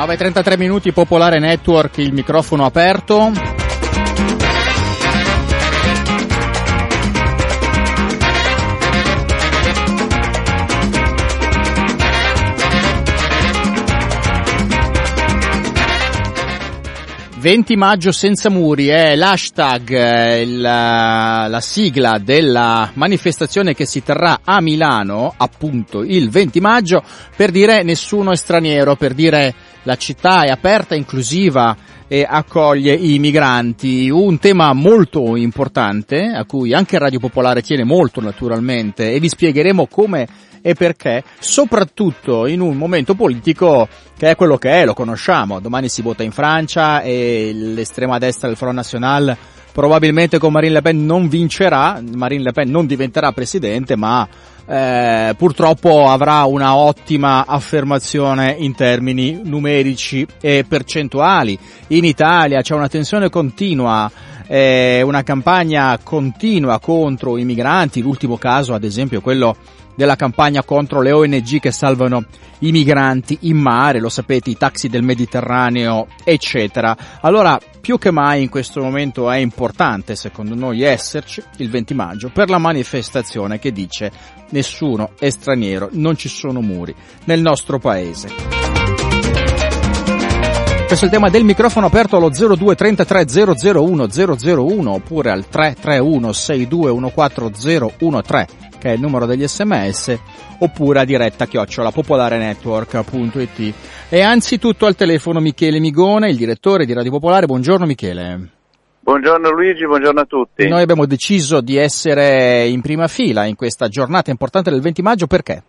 9:33 minuti, Popolare Network, il microfono aperto. «20 maggio senza muri» è l'hashtag, la sigla della manifestazione che si terrà a Milano, appunto il 20 maggio, per dire nessuno è straniero, per dire la città è aperta, inclusiva e accoglie i migranti. Un tema molto importante, a cui anche Radio Popolare tiene molto naturalmente, e vi spiegheremo come e perché, soprattutto in un momento politico che è quello che è, lo conosciamo. Domani si vota in Francia e l'estrema destra del Front National probabilmente con Marine Le Pen non vincerà, Marine Le Pen non diventerà presidente, ma purtroppo avrà una ottima affermazione in termini numerici e percentuali. In Italia c'è una tensione continua, una campagna continua contro i migranti, l'ultimo caso ad esempio è quello della campagna contro le ONG che salvano i migranti in mare, lo sapete, i taxi del Mediterraneo, eccetera. Allora, più che mai in questo momento è importante, secondo noi, esserci il 20 maggio per la manifestazione che dice nessuno è straniero, non ci sono muri nel nostro paese. Questo è il tema del microfono aperto allo 02 33 001 001 oppure al 331 6214 013 che è il numero degli SMS, oppure a diretta @popolarenetwork.it. E anzitutto al telefono Michele Migone, il direttore di Radio Popolare. Buongiorno Michele. Buongiorno Luigi, buongiorno a tutti. Noi abbiamo deciso di essere in prima fila in questa giornata importante del 20 maggio, perché?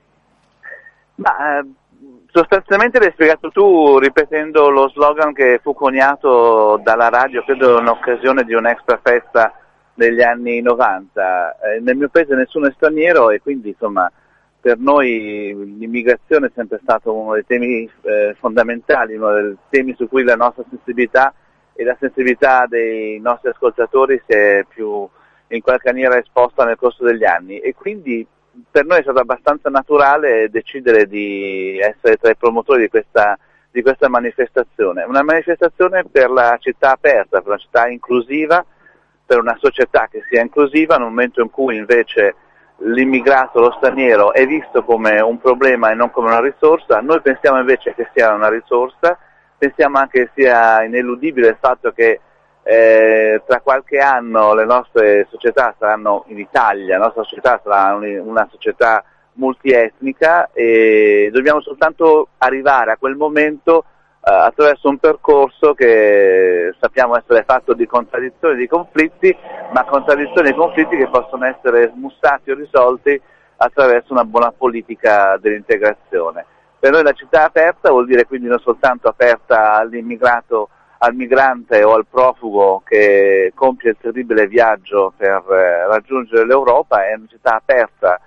Sostanzialmente l'hai spiegato tu ripetendo lo slogan che fu coniato dalla radio, credo in occasione di un'extra festa degli anni 90. Nel mio paese nessuno è straniero e quindi insomma per noi l'immigrazione è sempre stato uno dei temi fondamentali, uno dei temi su cui la nostra sensibilità e la sensibilità dei nostri ascoltatori si è più in qualche maniera esposta nel corso degli anni, e quindi per noi è stato abbastanza naturale decidere di essere tra i promotori di questa manifestazione. Una manifestazione per la città aperta, per una città inclusiva, per una società che sia inclusiva, nel momento in cui invece l'immigrato, lo straniero, è visto come un problema e non come una risorsa. Noi pensiamo invece che sia una risorsa, pensiamo anche che sia ineludibile il fatto che tra qualche anno le nostre società saranno, in Italia, la nostra società sarà una società multietnica, e dobbiamo soltanto arrivare a quel momento attraverso un percorso che sappiamo essere fatto di contraddizioni e di conflitti, ma contraddizioni e conflitti che possono essere smussati o risolti attraverso una buona politica dell'integrazione. Per noi la città aperta vuol dire quindi non soltanto aperta all'immigrato, al migrante o al profugo che compie il terribile viaggio per raggiungere l'Europa, è una città aperta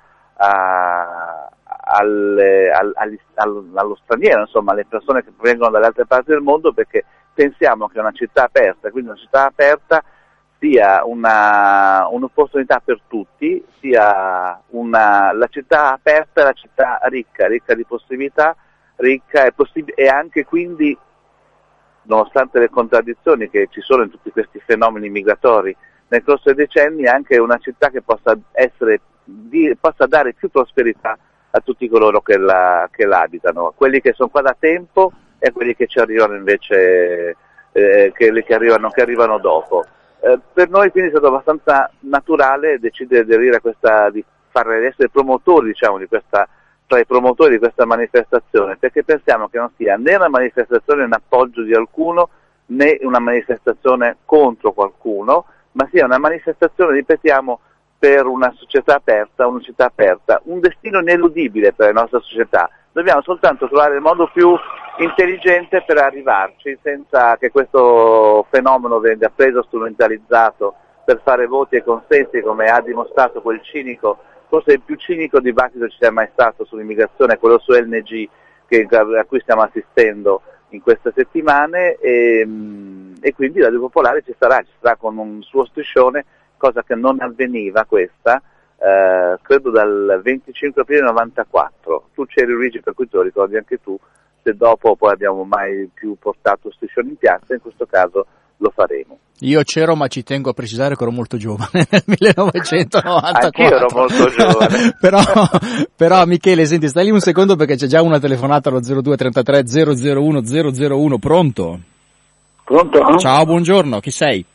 allo straniero, insomma alle persone che provengono dalle altre parti del mondo, perché pensiamo che una città aperta, quindi una città aperta, sia un'opportunità per tutti, sia la città aperta è la città ricca di possibilità, ricca e anche quindi, nonostante le contraddizioni che ci sono in tutti questi fenomeni migratori nel corso dei decenni, anche una città che possa dare più prosperità a tutti coloro che la abitano, quelli che sono qua da tempo e quelli che ci arrivano invece, che arrivano dopo. Per noi quindi è stato abbastanza naturale decidere di aderire di essere promotori, diciamo, tra i promotori di questa manifestazione, perché pensiamo che non sia né una manifestazione in appoggio di alcuno, né una manifestazione contro qualcuno, ma sia una manifestazione, ripetiamo, per una società aperta, una città aperta, un destino ineludibile per la nostra società. Dobbiamo soltanto trovare il modo più intelligente per arrivarci, senza che questo fenomeno venga preso, strumentalizzato per fare voti e consensi, come ha dimostrato quel cinico, forse il più cinico dibattito ci sia mai stato sull'immigrazione, quello su LNG a cui stiamo assistendo in queste settimane, e quindi Radio Popolare ci sarà con un suo striscione, cosa che non avveniva questa, credo dal 25 aprile 94. Tu c'eri Luigi, per cui te lo ricordi anche tu, se dopo poi abbiamo mai più portato striscioni in piazza, in questo caso lo faremo. Io c'ero, ma ci tengo a precisare che ero molto giovane nel 1994. Anch'io ero molto giovane. però Michele, senti, stai lì un secondo perché c'è già una telefonata allo 0233 001 001. Pronto? Pronto? Ciao, buongiorno, chi sei?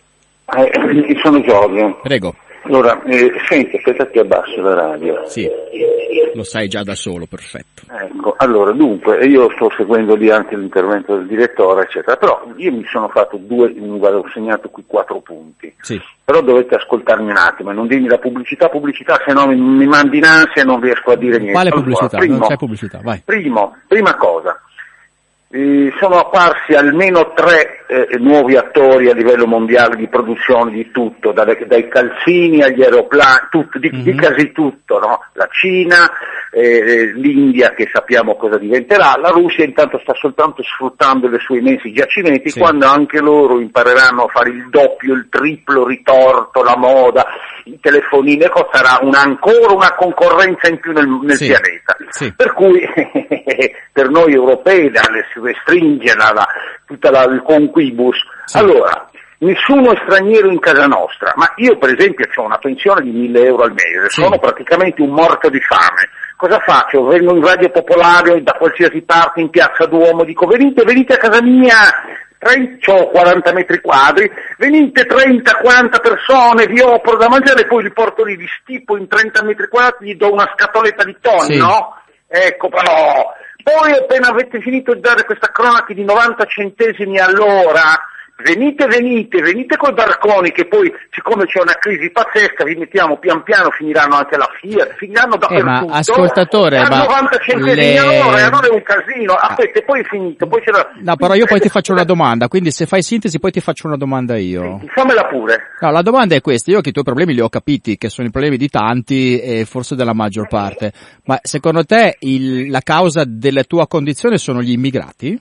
Sono Giorgio. Prego. Allora, senti, aspetta che abbasso la radio. Sì, lo sai già da solo, perfetto. Ecco, allora, dunque, io sto seguendo lì anche l'intervento del direttore, eccetera, però io mi sono fatto ho segnato qui 4 punti. Sì. Però dovete ascoltarmi un attimo e non dirmi la pubblicità, se no mi mandi in ansia e non riesco a dire niente. Quale pubblicità? Allora, Non c'è pubblicità, vai. Prima cosa. Sono apparsi almeno 3 nuovi attori a livello mondiale di produzione di tutto, dai calzini agli aeroplani, di quasi tutto, no? La Cina, l'India che sappiamo cosa diventerà, la Russia intanto sta soltanto sfruttando le sue immensi giacimenti, sì. Quando anche loro impareranno a fare il doppio, il triplo ritorto, la moda, i telefonini, sarà ancora una concorrenza in più nel sì. pianeta. Sì. Per cui per noi europei restringe il conquibus. Sì. Allora, nessuno è straniero in casa nostra, ma io per esempio ho una pensione di 1.000 euro al mese, sì. Sono praticamente un morto di fame. Cosa faccio? Vengo in Radio Popolare da qualsiasi parte in Piazza Duomo, dico venite a casa mia, ho 40 metri quadri, venite 30-40 persone, vi offro da mangiare, poi li porto lì, vi stipo in 30 metri quadri, gli do una scatoletta di tonno, sì. No? Ecco però. Poi appena avete finito di dare questa cronaca di 90 centesimi all'ora, venite coi barconi che poi, siccome c'è una crisi pazzesca, vi mettiamo pian piano, finiranno anche la Fiat, finiranno dappertutto. Ma ascoltatore, a 90 centesimi all'ora, e allora è un casino. Aspetta, poi è finito, poi c'è la... No, però io poi ti faccio una domanda, quindi se fai sintesi poi ti faccio una domanda io. Sì, fammela pure. No, la domanda è questa, io che i tuoi problemi li ho capiti, che sono i problemi di tanti e forse della maggior parte, ma secondo te la causa della tua condizione sono gli immigrati?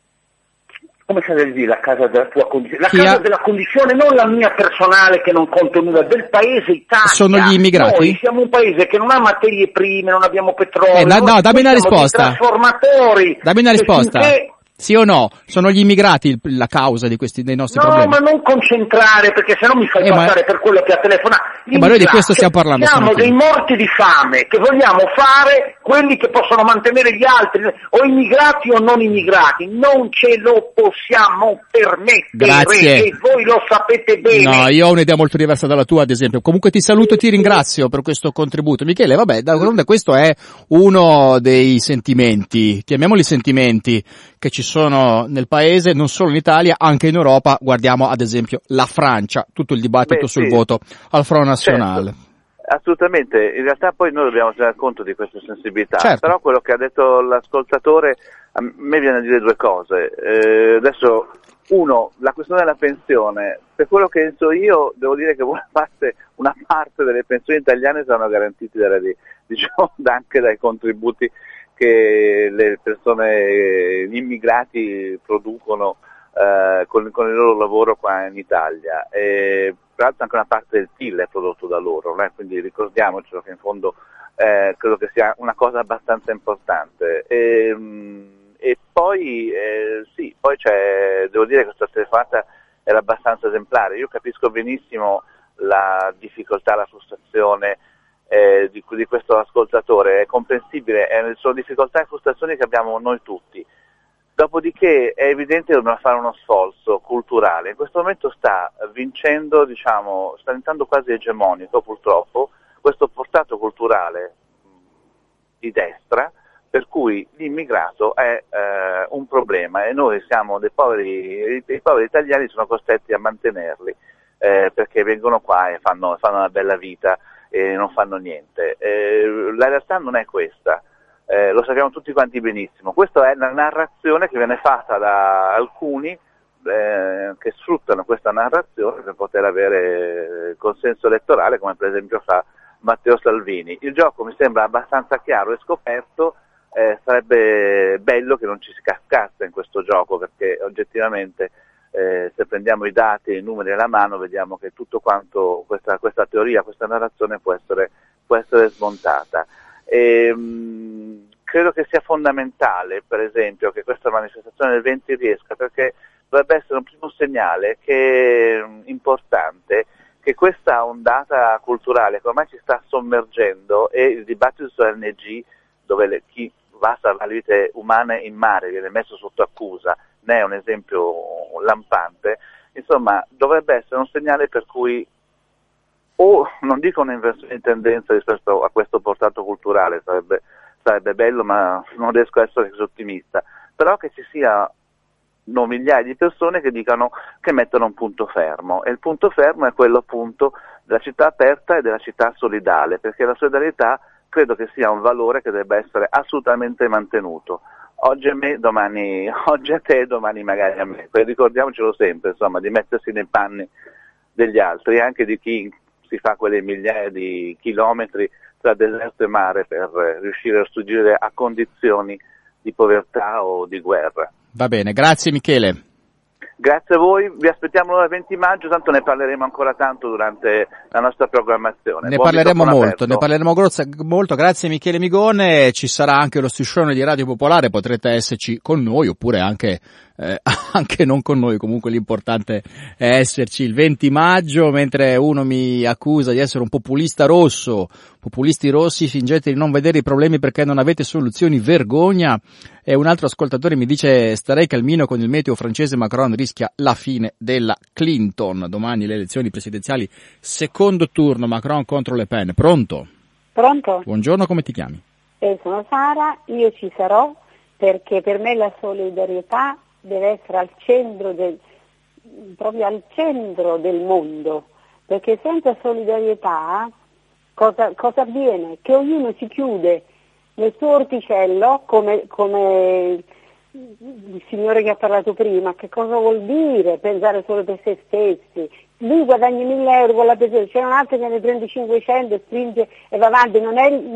Come se devi dire la causa della tua condizione? La causa della condizione, non la mia personale che non conto nulla, del paese Italia. Sono gli immigrati? Noi siamo un paese che non ha materie prime, non abbiamo petrolio. No, dammi una risposta. Trasformatori. Dammi una risposta. Sì o no? Sono gli immigrati la causa dei nostri problemi? No, ma non concentrare, perché sennò mi fai passare per quello che ha telefonato. Ma noi di questo stiamo parlando. Siamo dei morti di fame, che vogliamo fare quelli che possono mantenere gli altri, o immigrati o non immigrati. Non ce lo possiamo permettere. Grazie. E voi lo sapete bene. No, io ho un'idea molto diversa dalla tua, ad esempio. Comunque ti saluto e ti ringrazio per questo contributo. Michele, vabbè, d'altronde questo è uno dei sentimenti, chiamiamoli sentimenti, che ci sono nel paese, non solo in Italia, anche in Europa. Guardiamo ad esempio la Francia, tutto il dibattito sul voto al Front National. Certo. Assolutamente, in realtà poi noi dobbiamo tener conto di queste sensibilità, certo. Però quello che ha detto l'ascoltatore a me viene a dire 2 cose. Adesso, uno, la questione della pensione, per quello che so io, devo dire che una parte delle pensioni italiane sono garantite anche dai contributi che le persone, gli immigrati producono con il loro lavoro qua in Italia. Tra l'altro anche una parte del PIL è prodotto da loro, quindi ricordiamocelo che in fondo credo che sia una cosa abbastanza importante. E poi sì, poi devo dire che questa telefonata era abbastanza esemplare. Io capisco benissimo la difficoltà, la frustrazione di questo ascoltatore, è comprensibile, sono difficoltà e frustrazioni che abbiamo noi tutti. Dopodiché è evidente che dobbiamo fare uno sforzo culturale. In questo momento sta vincendo, sta diventando quasi egemonico purtroppo questo portato culturale di destra, per cui l'immigrato è un problema e noi siamo i poveri italiani sono costretti a mantenerli perché vengono qua e fanno una bella vita e non fanno niente. La realtà non è questa. Lo sappiamo tutti quanti benissimo. Questa è la narrazione che viene fatta da alcuni che sfruttano questa narrazione per poter avere consenso elettorale, come per esempio fa Matteo Salvini. Il gioco mi sembra abbastanza chiaro e scoperto, sarebbe bello che non ci si cascasse in questo gioco, perché oggettivamente se prendiamo i dati e i numeri alla mano vediamo che tutto quanto questa teoria, questa narrazione può essere smontata. credo che sia fondamentale, per esempio, che questa manifestazione del 20 riesca, perché dovrebbe essere un primo segnale importante che questa ondata culturale che ormai ci sta sommergendo, e il dibattito sull'ONG, dove chi va a salvare le vite umane in mare viene messo sotto accusa, ne è un esempio lampante, insomma dovrebbe essere un segnale per cui, o non dico un'inversione di tendenza rispetto a questo portato culturale, sarebbe bello, ma non riesco a essere così ottimista, però che ci siano migliaia di persone che mettono un punto fermo, e il punto fermo è quello appunto della città aperta e della città solidale, perché la solidarietà credo che sia un valore che debba essere assolutamente mantenuto. Oggi a me, oggi a te, domani magari a me. Poi ricordiamocelo sempre, insomma, di mettersi nei panni degli altri, anche di chi si fa quelle migliaia di chilometri tra deserto e mare per riuscire a sfuggire a condizioni di povertà o di guerra. Va bene, grazie Michele. Grazie a voi, vi aspettiamo il 20 maggio, tanto ne parleremo ancora tanto durante la nostra programmazione. Ne parleremo molto, grazie Michele Migone, ci sarà anche lo striscione di Radio Popolare, potrete esserci con noi oppure anche non con noi, comunque l'importante è esserci il 20 maggio, mentre uno mi accusa di essere un populista rosso, populisti rossi, fingete di non vedere i problemi perché non avete soluzioni, vergogna, e un altro ascoltatore mi dice starei calmino con il meteo francese, Macron rischia la fine della Clinton, domani le elezioni presidenziali, secondo turno, Macron contro Le Pen, pronto? Pronto? Buongiorno, come ti chiami? Sono Sara, io ci sarò perché per me la solidarietà deve essere proprio al centro del mondo, perché senza solidarietà cosa avviene? Che ognuno si chiude nel suo orticello, come il signore che ha parlato prima. Che cosa vuol dire pensare solo per se stessi? Lui guadagna 1.000 euro con la pensione, c'è un altro che ne prende 500 e stringe e va avanti, non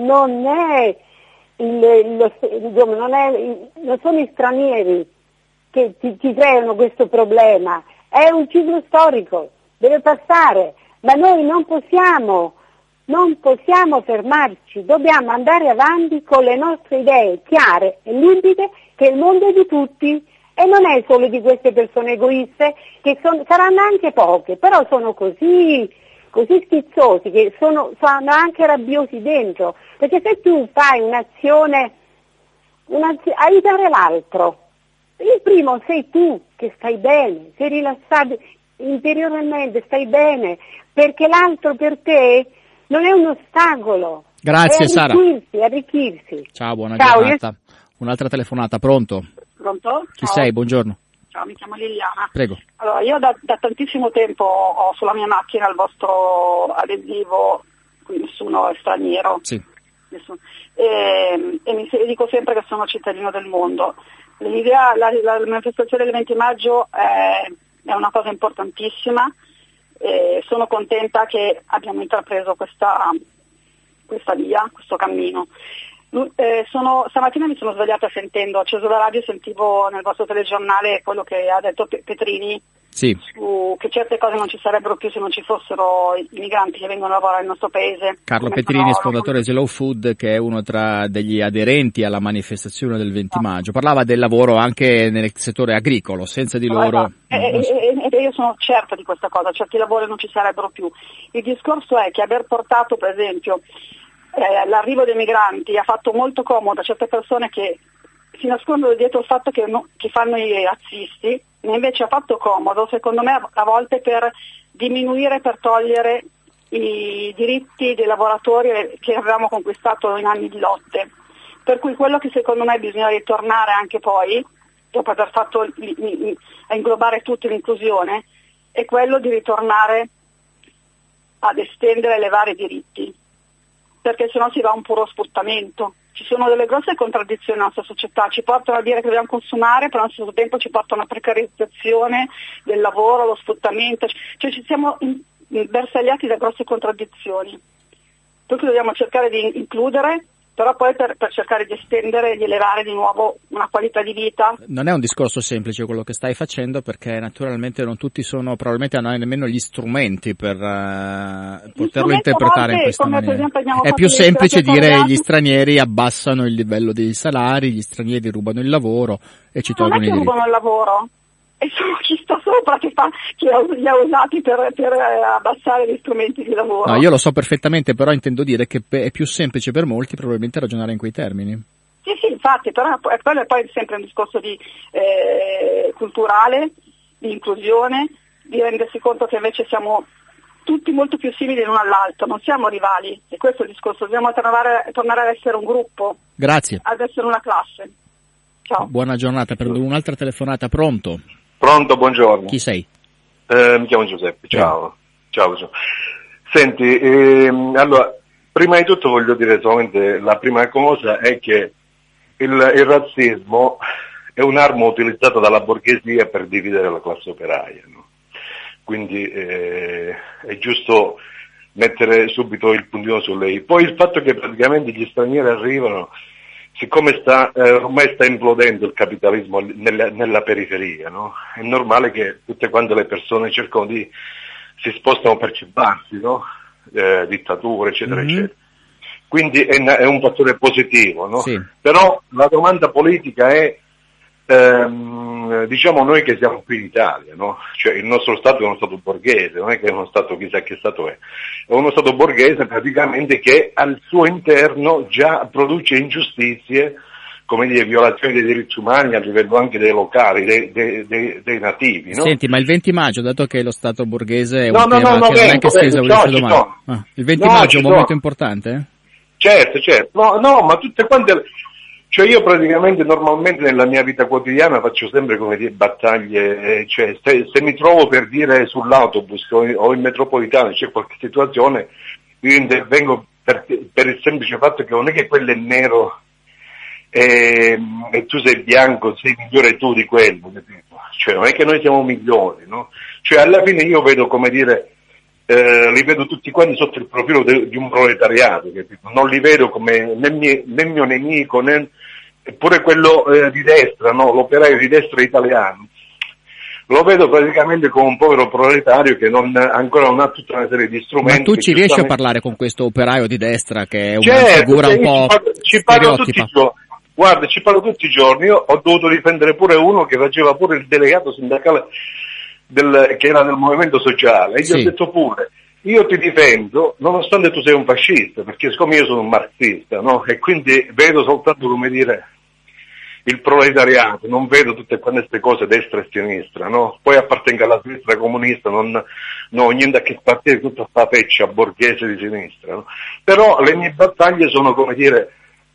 sono gli stranieri che ti creano questo problema, è un ciclo storico, deve passare, ma noi non possiamo fermarci, dobbiamo andare avanti con le nostre idee chiare e limpide, che il mondo è di tutti e non è solo di queste persone egoiste, che saranno anche poche, però sono così schizzosi, che sono anche rabbiosi dentro, perché se tu fai un'azione aiutare l'altro, il primo sei tu che stai bene, sei rilassato interiormente, stai bene, perché l'altro per te non è un ostacolo. Grazie Sara. Arricchirsi. Ciao, buona giornata. Un'altra telefonata, pronto? Pronto? Chi sei? Buongiorno. Ciao, mi chiamo Liliana. Prego. Allora, io da tantissimo tempo ho sulla mia macchina il vostro adesivo, qui nessuno è straniero. Sì. Nessuno. E dico sempre che sono cittadino del mondo. L'idea, la manifestazione del 20 maggio è una cosa importantissima. Sono contenta che abbiamo intrapreso questa via, questo cammino. Stamattina mi sono svegliata ho acceso la radio e sentivo nel vostro telegiornale quello che ha detto Petrini, sì, che certe cose non ci sarebbero più se non ci fossero i migranti che vengono a lavorare nel nostro paese. Carlo Petrini, fondatore di Slow Food, che è uno tra degli aderenti alla manifestazione del 20 maggio, parlava del lavoro anche nel settore agricolo, senza di loro... Io sono certa di questa cosa, certi lavori non ci sarebbero più. Il discorso è che aver portato, per esempio, l'arrivo dei migranti ha fatto molto comodo a certe persone che si nascondono dietro il fatto che fanno i razzisti, ma invece ha fatto comodo, secondo me, a volte per diminuire, per togliere i diritti dei lavoratori che avevamo conquistato in anni di lotte. Per cui quello che secondo me bisogna ritornare anche poi, dopo aver fatto a inglobare tutti l'inclusione, è quello di ritornare ad estendere e elevare i diritti, perché sennò si va a un puro sfruttamento. Ci sono delle grosse contraddizioni nella nostra società, ci portano a dire che dobbiamo consumare, però allo stesso tempo ci portano a precarizzazione del lavoro, lo sfruttamento, cioè ci siamo bersagliati da grosse contraddizioni. Per cui dobbiamo cercare di includere però poi per cercare di estendere e di elevare di nuovo una qualità di vita. Non è un discorso semplice quello che stai facendo, perché naturalmente non tutti probabilmente non hanno nemmeno gli strumenti per poterlo interpretare in questa maniera. È più semplice dire gli stranieri abbassano il livello dei salari, gli stranieri rubano il lavoro e ci tolgono i diritti. Non è che rubano il lavoro, e sono chi sta sopra che li ha usati per abbassare gli strumenti di lavoro. No, io lo so perfettamente, però intendo dire che è più semplice per molti probabilmente ragionare in quei termini. Sì, infatti, però quello è poi sempre un discorso di culturale, di inclusione, di rendersi conto che invece siamo tutti molto più simili l'uno all'altro, non siamo rivali, e questo è il discorso, dobbiamo tornare ad essere un gruppo. Grazie. Ad essere una classe. Ciao. Buona giornata, per un'altra telefonata, pronto? Pronto, buongiorno. Chi sei? Mi chiamo Giuseppe, ciao. Ciao. Senti, allora, prima di tutto voglio dire solamente, la prima cosa è che il razzismo è un'arma utilizzata dalla borghesia per dividere la classe operaia, no? Quindi è giusto mettere subito il puntino su lei. Poi il fatto che praticamente gli stranieri arrivano, siccome ormai sta implodendo il capitalismo nella periferia, no? È normale che tutte quante le persone si spostano per cibarsi, no? Dittature, eccetera, eccetera. Quindi è un fattore positivo, no? Sì. Però la domanda politica è, diciamo noi che siamo qui in Italia, no? Cioè il nostro Stato è uno Stato borghese, non è che è uno Stato chissà che Stato è uno Stato borghese praticamente che al suo interno già produce ingiustizie, come dire, violazioni dei diritti umani a livello anche dei locali, dei nativi, no? Senti, ma il 20 maggio, dato che lo Stato borghese è un tema che non è che si esaurisce domani, il 20 maggio è un momento importante? Certo, no, ma tutte quante, cioè io praticamente normalmente nella mia vita quotidiana faccio sempre come dire battaglie, cioè se mi trovo per dire sull'autobus o in metropolitana c'è qualche situazione, io intervengo per il semplice fatto che non è che quello è nero e tu sei bianco, sei migliore tu di quello, capito? Cioè non è che noi siamo migliori, no? Cioè alla fine io vedo, come dire, li vedo tutti quanti sotto il profilo di un proletariato, capito? Non li vedo come né mio nemico, eppure quello di destra, no? L'operaio di destra italiano. Lo vedo praticamente come un povero proletario che ancora non ha tutta una serie di strumenti. Ma tu ci riesci a parlare con questo operaio di destra che è una figura un po' stereotipa? Guarda, ci parlo tutti i giorni. Io ho dovuto difendere pure uno che faceva pure il delegato sindacale che era del movimento sociale, e gli ho detto pure, io ti difendo nonostante tu sei un fascista, perché siccome io sono un marxista, no? E quindi vedo soltanto, come dire, il proletariato, non vedo tutte queste cose destra e sinistra, no? Poi appartengo alla sinistra comunista, non ho niente a che spartire tutta questa feccia borghese di sinistra, no? Però le mie battaglie sono, come dire,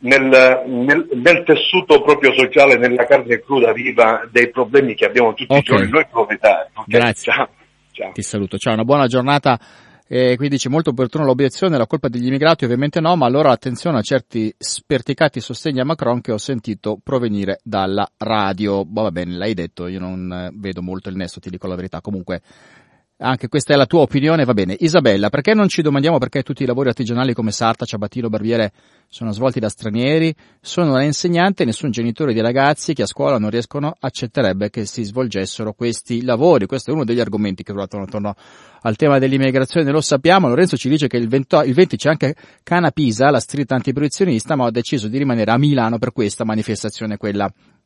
nel tessuto proprio sociale, nella carne cruda viva dei problemi che abbiamo tutti i giorni noi proletari. Okay? Grazie. Ciao. Ti saluto. Ciao, una buona giornata. Qui dice molto opportuno l'obiezione, la colpa degli immigrati ovviamente no, ma allora attenzione a certi sperticati sostegni a Macron che ho sentito provenire dalla radio. Va bene, l'hai detto, io non vedo molto il nesso, ti dico la verità. Comunque anche questa è la tua opinione, va bene. Isabella, perché non ci domandiamo perché tutti i lavori artigianali come sarta, ciabattino, barbiere sono svolti da stranieri? Sono una insegnante e nessun genitore di ragazzi che a scuola non riescono accetterebbe che si svolgessero questi lavori. Questo è uno degli argomenti che ruotano attorno al tema dell'immigrazione, lo sappiamo. Lorenzo ci dice che il 20 c'è anche Cana Pisa, la street antiproibizionista, ma ha deciso di rimanere a Milano per questa manifestazione, quella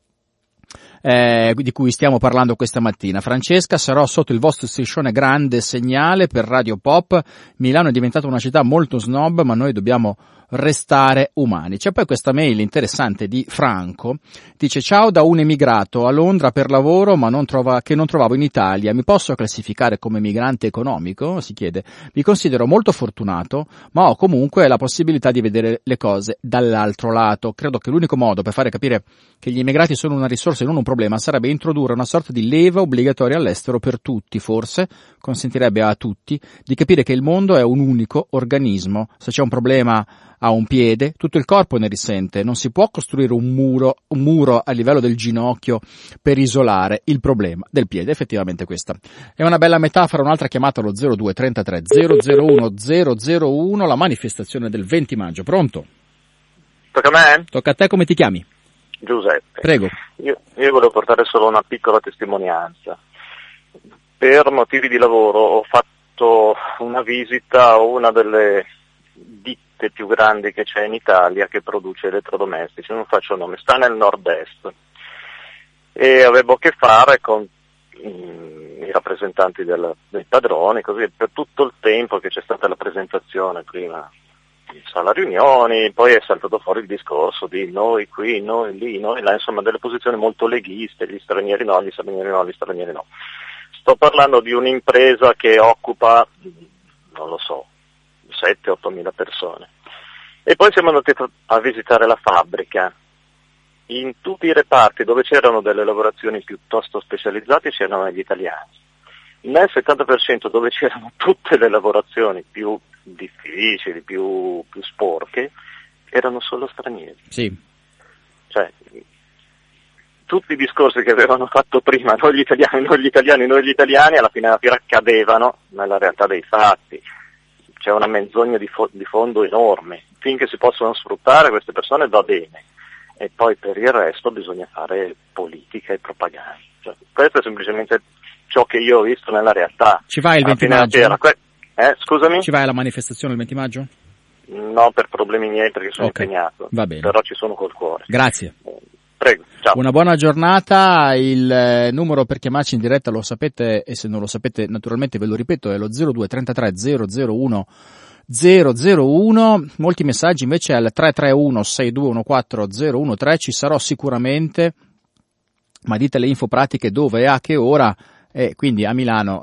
di cui stiamo parlando questa mattina. Francesca, sarò sotto il vostro striscione grande segnale per Radio Pop. Milano è diventata una città molto snob, ma noi dobbiamo restare umani. C'è poi questa mail interessante di Franco, dice: ciao da un emigrato a Londra per lavoro ma che non trovavo in Italia, mi posso classificare come migrante economico? Si chiede. Mi considero molto fortunato, ma ho comunque la possibilità di vedere le cose dall'altro lato. Credo che l'unico modo per fare capire che gli immigrati sono una risorsa e non un problema sarebbe introdurre una sorta di leva obbligatoria all'estero per tutti. Forse consentirebbe a tutti di capire che il mondo è un unico organismo. Se c'è un problema a un piede, tutto il corpo ne risente. Non si può costruire un muro a livello del ginocchio per isolare il problema del piede. Effettivamente questa è una bella metafora. Un'altra chiamata allo 0233 001 001, la manifestazione del 20 maggio. Pronto? Tocca a me? Tocca a te, come ti chiami? Giuseppe. Prego. Io volevo portare solo una piccola testimonianza. Per motivi di lavoro ho fatto una visita a una delle ditte più grandi che c'è in Italia che produce elettrodomestici, non faccio nome, sta nel nord-est, e avevo a che fare con i rappresentanti dei padroni, così per tutto il tempo che c'è stata la presentazione prima in sala riunioni, poi è saltato fuori il discorso di noi qui, noi lì, noi là, insomma delle posizioni molto leghiste, gli stranieri no, gli stranieri no, gli stranieri no. Sto parlando di un'impresa che occupa, non lo so, 7-8 mila persone. E poi siamo andati a visitare la fabbrica. In tutti i reparti dove c'erano delle lavorazioni piuttosto specializzate c'erano gli italiani. Nel 70% dove c'erano tutte le lavorazioni più difficili, più sporche, erano solo stranieri. Sì. Cioè, tutti i discorsi che avevano fatto prima, noi gli italiani, alla fine della fiera cadevano nella realtà dei fatti. C'è una menzogna di fondo enorme. Finché si possono sfruttare queste persone va bene. E poi per il resto bisogna fare politica e propaganda. Cioè, questo è semplicemente ciò che io ho visto nella realtà. Ci vai il 20 maggio? Scusami? Ci vai alla manifestazione il 20 maggio? No, per problemi miei, perché sono impegnato. Va bene. Però ci sono col cuore. Grazie. Prego, ciao. Una buona giornata. Il numero per chiamarci in diretta lo sapete, e se non lo sapete naturalmente ve lo ripeto, è lo 0233 001 001. Molti messaggi invece al 331 6214 013. Ci sarò sicuramente, ma dite le info pratiche dove e a che ora. Quindi a Milano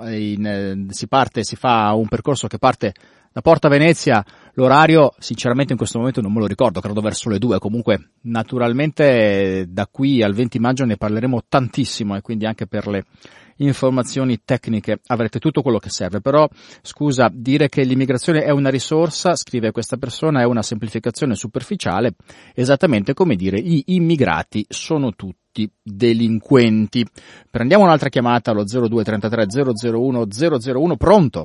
si fa un percorso che parte da Porta Venezia. L'orario sinceramente in questo momento non me lo ricordo, credo verso le 2. Comunque naturalmente da qui al 20 maggio ne parleremo tantissimo, e quindi anche per le informazioni tecniche avrete tutto quello che serve. Però scusa, dire che l'immigrazione è una risorsa, scrive questa persona, è una semplificazione superficiale, esattamente come dire gli immigrati sono tutti delinquenti. Prendiamo un'altra chiamata allo 0233 001 001. Pronto?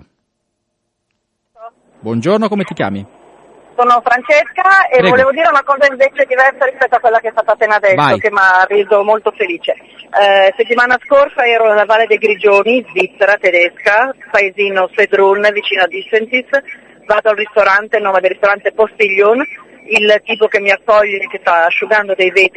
Buongiorno, come ti chiami? Sono Francesca e volevo dire una cosa invece diversa rispetto a quella che è stata appena adesso. Vai. Che mi ha reso molto felice. Settimana scorsa ero nella Valle dei Grigioni, Svizzera tedesca, paesino Sedrun, vicino a Dissentis. Vado al ristorante, il nome del ristorante Postillon. Il tipo che mi accoglie, che sta asciugando dei dei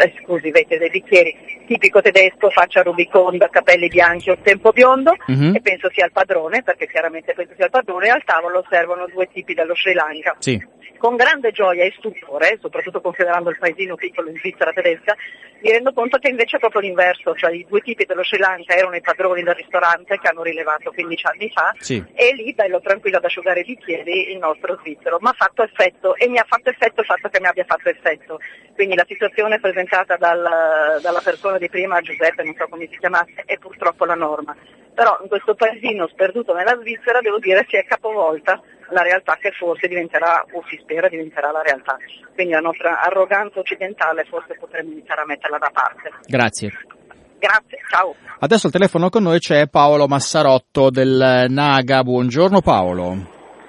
bicchieri, tipico tedesco, faccia rubiconda, capelli bianchi o tempo biondo, e penso sia il padrone, perché chiaramente penso sia il padrone, e al tavolo servono 2 tipi dallo Sri Lanka. Sì. Con grande gioia e stupore, soprattutto considerando il paesino piccolo in Svizzera tedesca, mi rendo conto che invece è proprio l'inverso, cioè i 2 tipi dello Sri Lanka erano i padroni del ristorante che hanno rilevato 15 anni fa, sì. E lì, bello tranquillo ad asciugare i bicchieri, il nostro svizzero. Ma ha fatto effetto, e mi ha fatto effetto il fatto che mi abbia fatto effetto. Quindi la situazione presentata dalla persona di prima, Giuseppe, non so come si chiamasse, è purtroppo la norma. Però in questo paesino sperduto nella Svizzera, devo dire, si è capovolta la realtà che forse diventerà, o si spera diventerà la realtà. Quindi la nostra arroganza occidentale forse potremmo iniziare a metterla da parte. Grazie. Grazie, ciao. Adesso al telefono con noi c'è Paolo Massarotto del Naga. Buongiorno Paolo.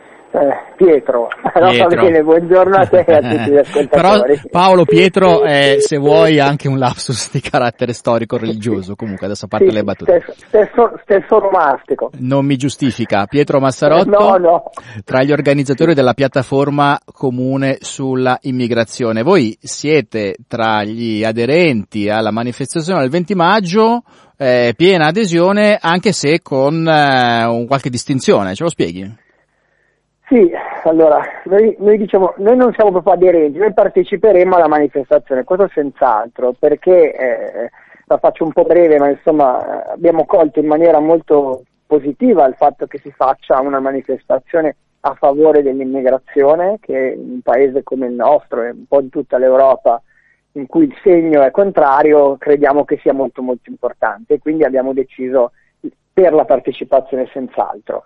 Pietro. No, va bene, buongiorno a te e a tutti gli ascoltatori. Però Paolo Pietro è, se vuoi, anche un lapsus di carattere storico-religioso. Comunque adesso a parte le battute. Stesso romastico. Non mi giustifica. Pietro Massarotto, no. Tra gli organizzatori della piattaforma comune sulla immigrazione. Voi siete tra gli aderenti alla manifestazione del 20 maggio, piena adesione, anche se con qualche distinzione. Ce lo spieghi? Sì, allora, noi diciamo, noi non siamo proprio aderenti, noi parteciperemo alla manifestazione, questo senz'altro, perché, la faccio un po' breve, ma insomma, abbiamo colto in maniera molto positiva il fatto che si faccia una manifestazione a favore dell'immigrazione, che in un paese come il nostro e un po' in tutta l'Europa, in cui il segno è contrario, crediamo che sia molto molto importante, e quindi abbiamo deciso per la partecipazione senz'altro.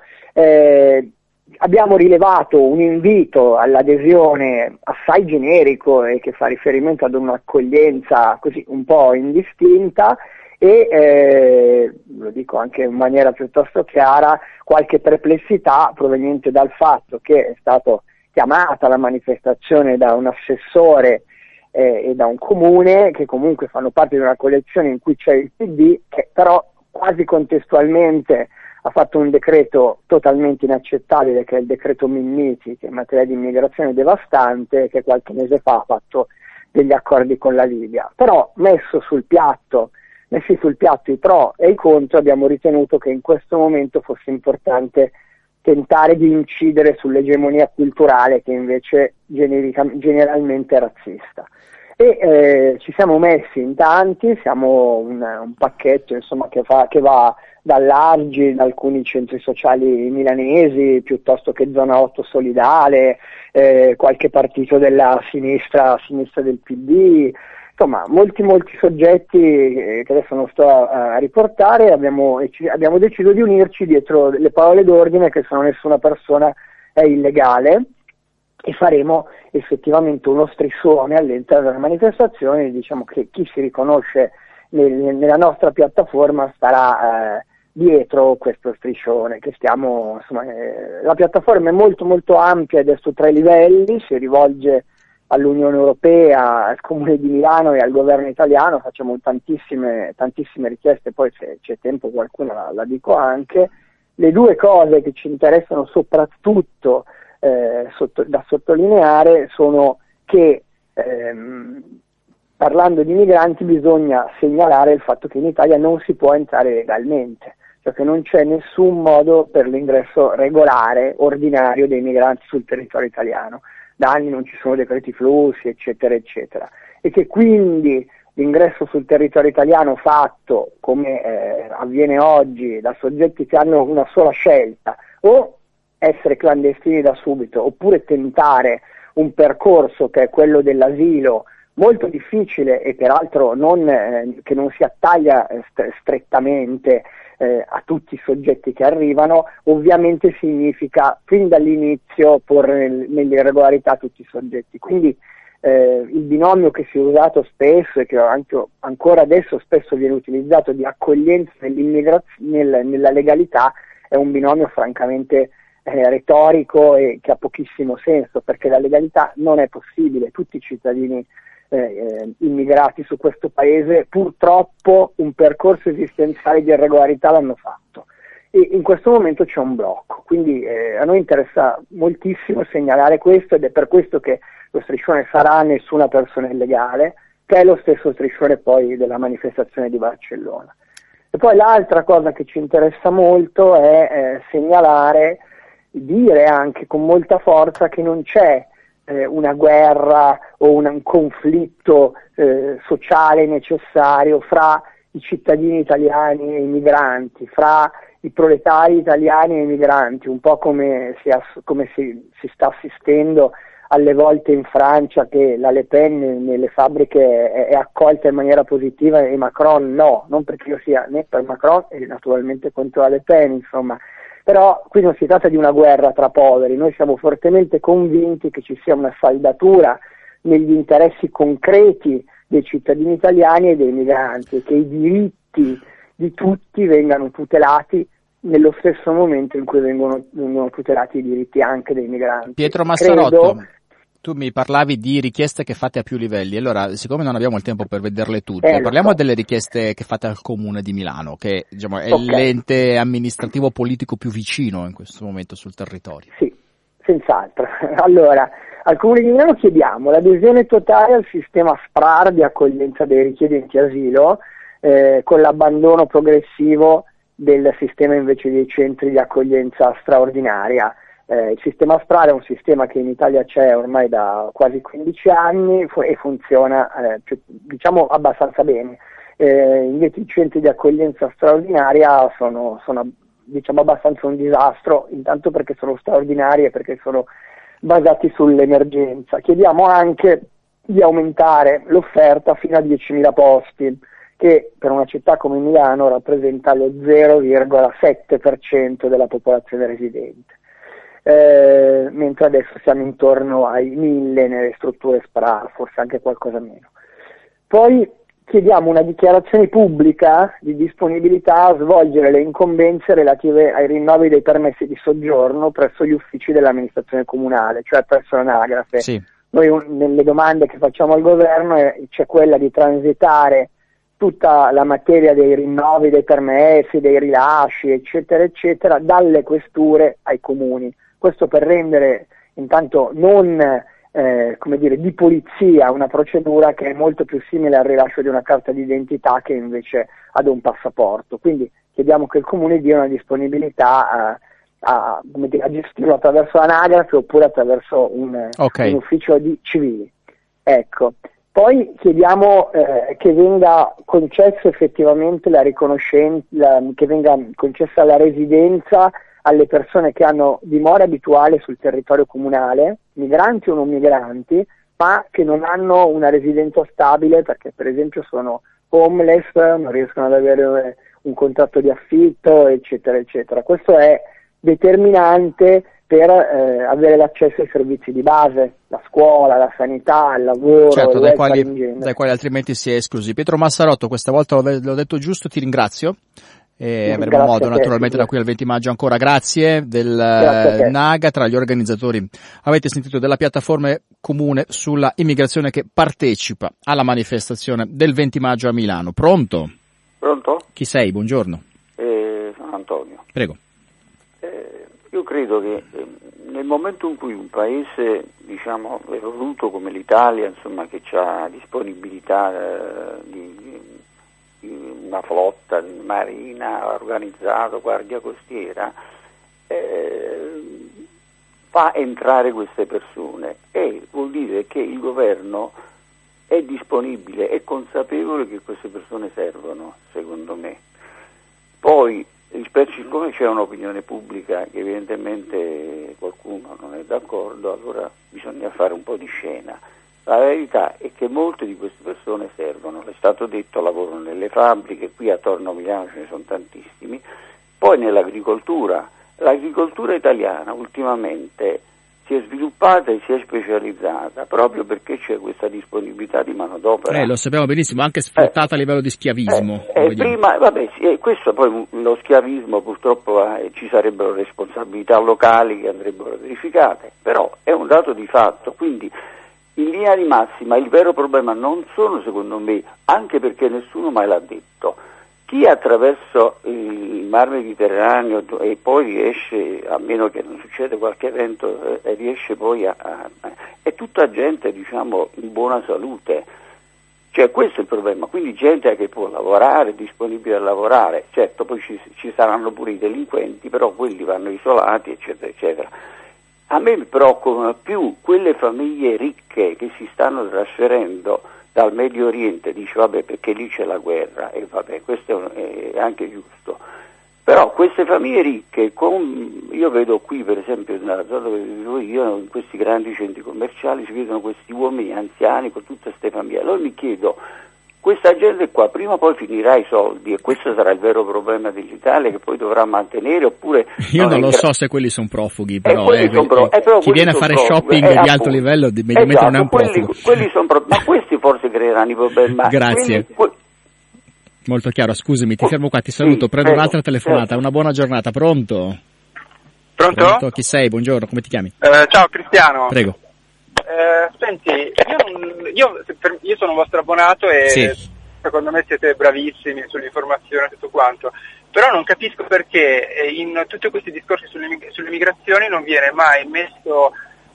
Abbiamo rilevato un invito all'adesione assai generico e che fa riferimento ad un'accoglienza così un po' indistinta e, lo dico anche in maniera piuttosto chiara, qualche perplessità proveniente dal fatto che è stato chiamata la manifestazione da un assessore e da un comune, che comunque fanno parte di una coalizione in cui c'è il PD, che però quasi contestualmente ha fatto un decreto totalmente inaccettabile, che è il decreto Minniti, che in materia di immigrazione è devastante, che qualche mese fa ha fatto degli accordi con la Libia. Però messi sul piatto i pro e i contro, abbiamo ritenuto che in questo momento fosse importante tentare di incidere sull'egemonia culturale, che invece generalmente è razzista. E ci siamo messi in tanti, siamo un pacchetto insomma che va dall'Argi, da alcuni centri sociali milanesi, piuttosto che Zona 8 Solidale, qualche partito della sinistra del PD, insomma molti soggetti che adesso non sto a riportare. Abbiamo deciso di unirci dietro le parole d'ordine che sono nessuna persona è illegale, e faremo effettivamente uno striscione all'interno della manifestazione. Diciamo che chi si riconosce nella nostra piattaforma starà dietro questo striscione che stiamo, insomma, la piattaforma è molto molto ampia ed è su 3 livelli, si rivolge all'Unione Europea, al Comune di Milano e al governo italiano, facciamo tantissime richieste, poi se c'è tempo qualcuna la dico anche. Le 2 cose che ci interessano soprattutto da sottolineare sono che parlando di migranti bisogna segnalare il fatto che in Italia non si può entrare legalmente, cioè che non c'è nessun modo per l'ingresso regolare, ordinario dei migranti sul territorio italiano. Da anni non ci sono decreti flussi, eccetera, eccetera, e che quindi l'ingresso sul territorio italiano fatto, come avviene oggi, da soggetti che hanno una sola scelta, o essere clandestini da subito, oppure tentare un percorso che è quello dell'asilo, molto difficile e peraltro che non si attaglia strettamente a tutti i soggetti che arrivano, ovviamente significa fin dall'inizio porre nell'irregolarità tutti i soggetti. Quindi il binomio che si è usato spesso e che anche ancora adesso spesso viene utilizzato di accoglienza nella legalità è un binomio francamente retorico e che ha pochissimo senso, perché la legalità non è possibile. Tutti i cittadini immigrati su questo paese purtroppo un percorso esistenziale di irregolarità l'hanno fatto, e in questo momento c'è un blocco, quindi a noi interessa moltissimo segnalare questo, ed è per questo che lo striscione sarà nessuna persona illegale, che è lo stesso striscione poi della manifestazione di Barcellona. E poi l'altra cosa che ci interessa molto è segnalare, dire anche con molta forza che non c'è una guerra o un conflitto sociale necessario fra i cittadini italiani e i migranti, fra i proletari italiani e i migranti, un po' come si sta assistendo alle volte in Francia, che la Le Pen nelle fabbriche è accolta in maniera positiva e Macron no, non perché io sia né per Macron e naturalmente contro la Le Pen, insomma. Però qui non si tratta di una guerra tra poveri, noi siamo fortemente convinti che ci sia una saldatura negli interessi concreti dei cittadini italiani e dei migranti, e che i diritti di tutti vengano tutelati nello stesso momento in cui vengono tutelati i diritti anche dei migranti. Pietro Massarotto, tu mi parlavi di richieste che fate a più livelli, allora siccome non abbiamo il tempo per vederle tutte, parliamo delle richieste che fate al Comune di Milano, che diciamo, è l'ente amministrativo politico più vicino in questo momento sul territorio. Sì, senz'altro. Allora, al Comune di Milano chiediamo l'adesione totale al sistema SPRAR di accoglienza dei richiedenti asilo, con l'abbandono progressivo del sistema invece dei centri di accoglienza straordinaria. Il sistema SPRAR è un sistema che in Italia c'è ormai da quasi 15 anni e funziona diciamo abbastanza bene. Invece i centri di accoglienza straordinaria sono diciamo abbastanza un disastro, intanto perché sono straordinari e perché sono basati sull'emergenza. Chiediamo anche di aumentare l'offerta fino a 10.000 posti, che per una città come Milano rappresenta lo 0,7% della popolazione residente. Mentre adesso siamo intorno ai 1.000 nelle strutture SPRAR, forse anche qualcosa meno. Poi chiediamo una dichiarazione pubblica di disponibilità a svolgere le incombenze relative ai rinnovi dei permessi di soggiorno presso gli uffici dell'amministrazione comunale, cioè presso l'anagrafe. Sì. Noi nelle domande che facciamo al governo c'è quella di transitare tutta la materia dei rinnovi dei permessi, dei rilasci, eccetera, eccetera, dalle questure ai comuni. Questo per rendere intanto non di polizia una procedura che è molto più simile al rilascio di una carta d'identità che invece ad un passaporto. Quindi chiediamo che il comune dia una disponibilità a gestirlo attraverso l'anagrafe oppure attraverso un ufficio di civili. Ecco. Poi chiediamo che venga concesso effettivamente la riconoscenza, che venga concessa la residenza alle persone che hanno dimora abituale sul territorio comunale, migranti o non migranti, ma che non hanno una residenza stabile perché per esempio sono homeless, non riescono ad avere un contratto di affitto, eccetera, eccetera. Questo è determinante per avere l'accesso ai servizi di base, la scuola, la sanità, il lavoro, certo, il welfare in genere. Dai quali altrimenti si è esclusi. Pietro Massarotto, questa volta l'ho detto giusto, ti ringrazio. E avremo modo naturalmente da qui al 20 maggio ancora. Grazie del Naga. Tra gli organizzatori avete sentito della piattaforma comune sulla immigrazione che partecipa alla manifestazione del 20 maggio a Milano. Pronto? Pronto? Chi sei? Buongiorno. Sono Antonio. Prego. Io credo che nel momento in cui un paese, diciamo, evoluto come l'Italia, insomma, che ha disponibilità di una flotta marina organizzata, guardia costiera, fa entrare queste persone e vuol dire che il governo è disponibile, è consapevole che queste persone servono, secondo me. Poi, siccome c'è un'opinione pubblica che evidentemente qualcuno non è d'accordo, allora bisogna fare un po' di scena. La verità è che molte di queste persone servono, è stato detto, lavorano nelle fabbriche, qui attorno a Milano ce ne sono tantissimi, poi nell'agricoltura. L'agricoltura italiana ultimamente si è sviluppata e si è specializzata proprio perché c'è questa disponibilità di manodopera. Lo sappiamo benissimo, anche sfruttata a livello di schiavismo. Questo poi lo schiavismo purtroppo ci sarebbero responsabilità locali che andrebbero verificate, però è un dato di fatto, quindi in linea di massima il vero problema non sono, secondo me, anche perché nessuno mai l'ha detto, chi attraverso il Mar Mediterraneo e poi riesce, a meno che non succeda qualche evento, riesce poi è tutta gente, diciamo, in buona salute. Cioè questo è il problema, quindi gente che può lavorare, disponibile a lavorare, certo poi ci saranno pure i delinquenti, però quelli vanno isolati, eccetera, eccetera. A me mi preoccupano più quelle famiglie ricche che si stanno trasferendo dal Medio Oriente, dice vabbè perché lì c'è la guerra, e vabbè questo è anche giusto, però queste famiglie ricche, io vedo qui per esempio nella zona dove vivo io, in questi grandi centri commerciali si vedono questi uomini anziani con tutte queste famiglie, allora mi chiedo, questa gente qua prima o poi finirà i soldi e questo sarà il vero problema dell'Italia che poi dovrà mantenere, oppure io non lo so se quelli sono profughi, però chi viene a fare shopping di alto livello mediamente non è un profugo. Quelli sono ma questi forse creeranno i problemi. Grazie. Molto chiaro, scusami, ti fermo qua, ti saluto, prendo un'altra telefonata, una buona giornata, pronto? Pronto? Chi sei? Buongiorno, come ti chiami? Ciao Cristiano. Prego. Senti, io sono un vostro abbonato e secondo me siete bravissimi sull'informazione e tutto quanto, però non capisco perché in tutti questi discorsi sulle migrazioni non viene mai messo,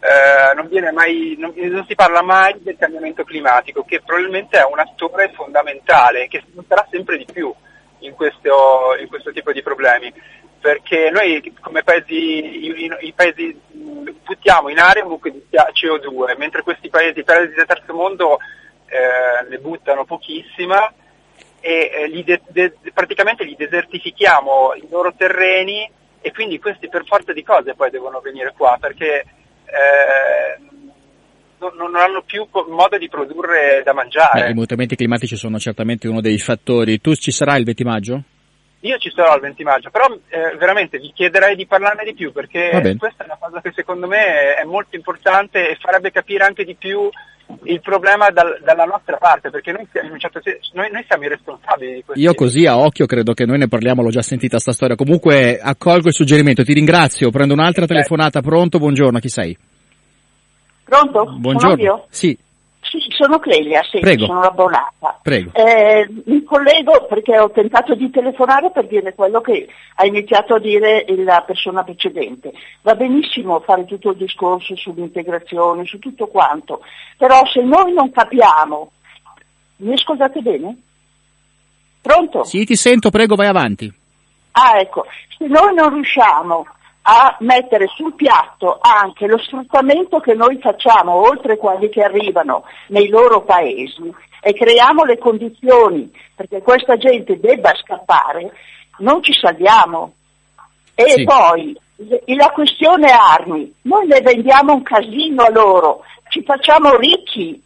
non si parla mai del cambiamento climatico, che probabilmente è un attore fondamentale, che sarà sempre di più in questo tipo di problemi. Perché noi come i paesi buttiamo in aria un mucchio di CO2, mentre questi paesi del terzo mondo ne buttano pochissima e praticamente li desertifichiamo i loro terreni e quindi questi per forza di cose poi devono venire qua perché non hanno più modo di produrre da mangiare. I mutamenti climatici sono certamente uno dei fattori. Tu ci sarai il 20 maggio? Io ci sarò il 20 maggio, però veramente vi chiederei di parlarne di più perché questa è una cosa che secondo me è molto importante e farebbe capire anche di più il problema dalla nostra parte, perché noi, in un certo senso, noi siamo i responsabili di questo. Io così a occhio credo che noi ne parliamo, l'ho già sentita sta storia. Comunque accolgo il suggerimento, ti ringrazio, prendo un'altra telefonata. Pronto, buongiorno, chi sei? Pronto? Buongiorno. Sono io? Sì. Sì, sono Clelia, sì, Prego. sono abbonata. Prego. Mi collego perché ho tentato di telefonare per dire quello che ha iniziato a dire la persona precedente. Va benissimo fare tutto il discorso sull'integrazione, su tutto quanto, però se noi non capiamo, mi ascoltate bene? Pronto? Sì, ti sento, prego, vai avanti. Ah, ecco, se noi non riusciamo a mettere sul piatto anche lo sfruttamento che noi facciamo, oltre quelli che arrivano nei loro paesi, e creiamo le condizioni perché questa gente debba scappare, non ci salviamo. E sì. Poi, la questione armi, noi ne vendiamo un casino a loro, ci facciamo ricchi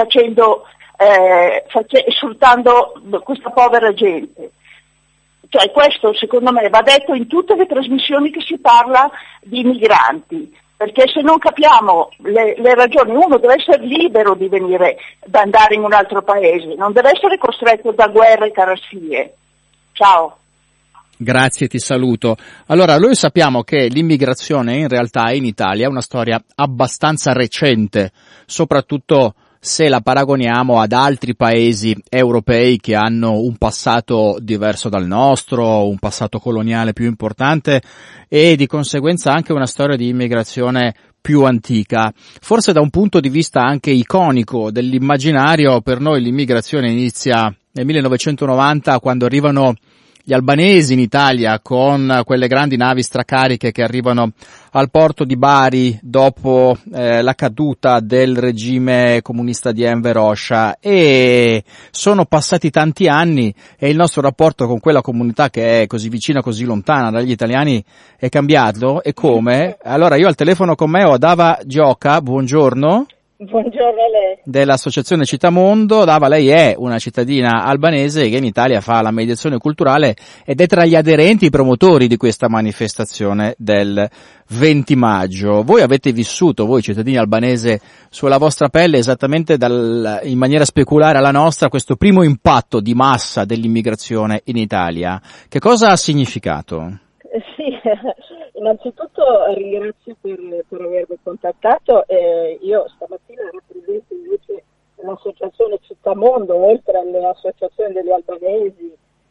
sfruttando questa povera gente. Cioè questo secondo me va detto in tutte le trasmissioni che si parla di migranti, perché se non capiamo le ragioni, uno deve essere libero di venire, da andare in un altro paese, non deve essere costretto da guerre e carestie. Ciao. Grazie, ti saluto. Allora, noi sappiamo che l'immigrazione in realtà in Italia è una storia abbastanza recente, soprattutto se la paragoniamo ad altri paesi europei che hanno un passato diverso dal nostro, un passato coloniale più importante e di conseguenza anche una storia di immigrazione più antica. Forse da un punto di vista anche iconico dell'immaginario, per noi l'immigrazione inizia nel 1990 quando arrivano gli albanesi in Italia con quelle grandi navi stracariche che arrivano al porto di Bari dopo la caduta del regime comunista di Enver Hoxha, e sono passati tanti anni e il nostro rapporto con quella comunità che è così vicina, così lontana dagli italiani è cambiato. E come? Allora io al telefono con me ho Dava Gioca, buongiorno. Buongiorno a lei. Dell'associazione Città Mondo. Dava, lei è una cittadina albanese che in Italia fa la mediazione culturale ed è tra gli aderenti e i promotori di questa manifestazione del 20 maggio. Voi avete vissuto, voi cittadini albanesi, sulla vostra pelle esattamente in maniera speculare alla nostra questo primo impatto di massa dell'immigrazione in Italia. Che cosa ha significato? Sì, innanzitutto ringrazio per avermi contattato. Io stamattina rappresento invece l'associazione Città Mondo, oltre alle associazioni degli albanesi.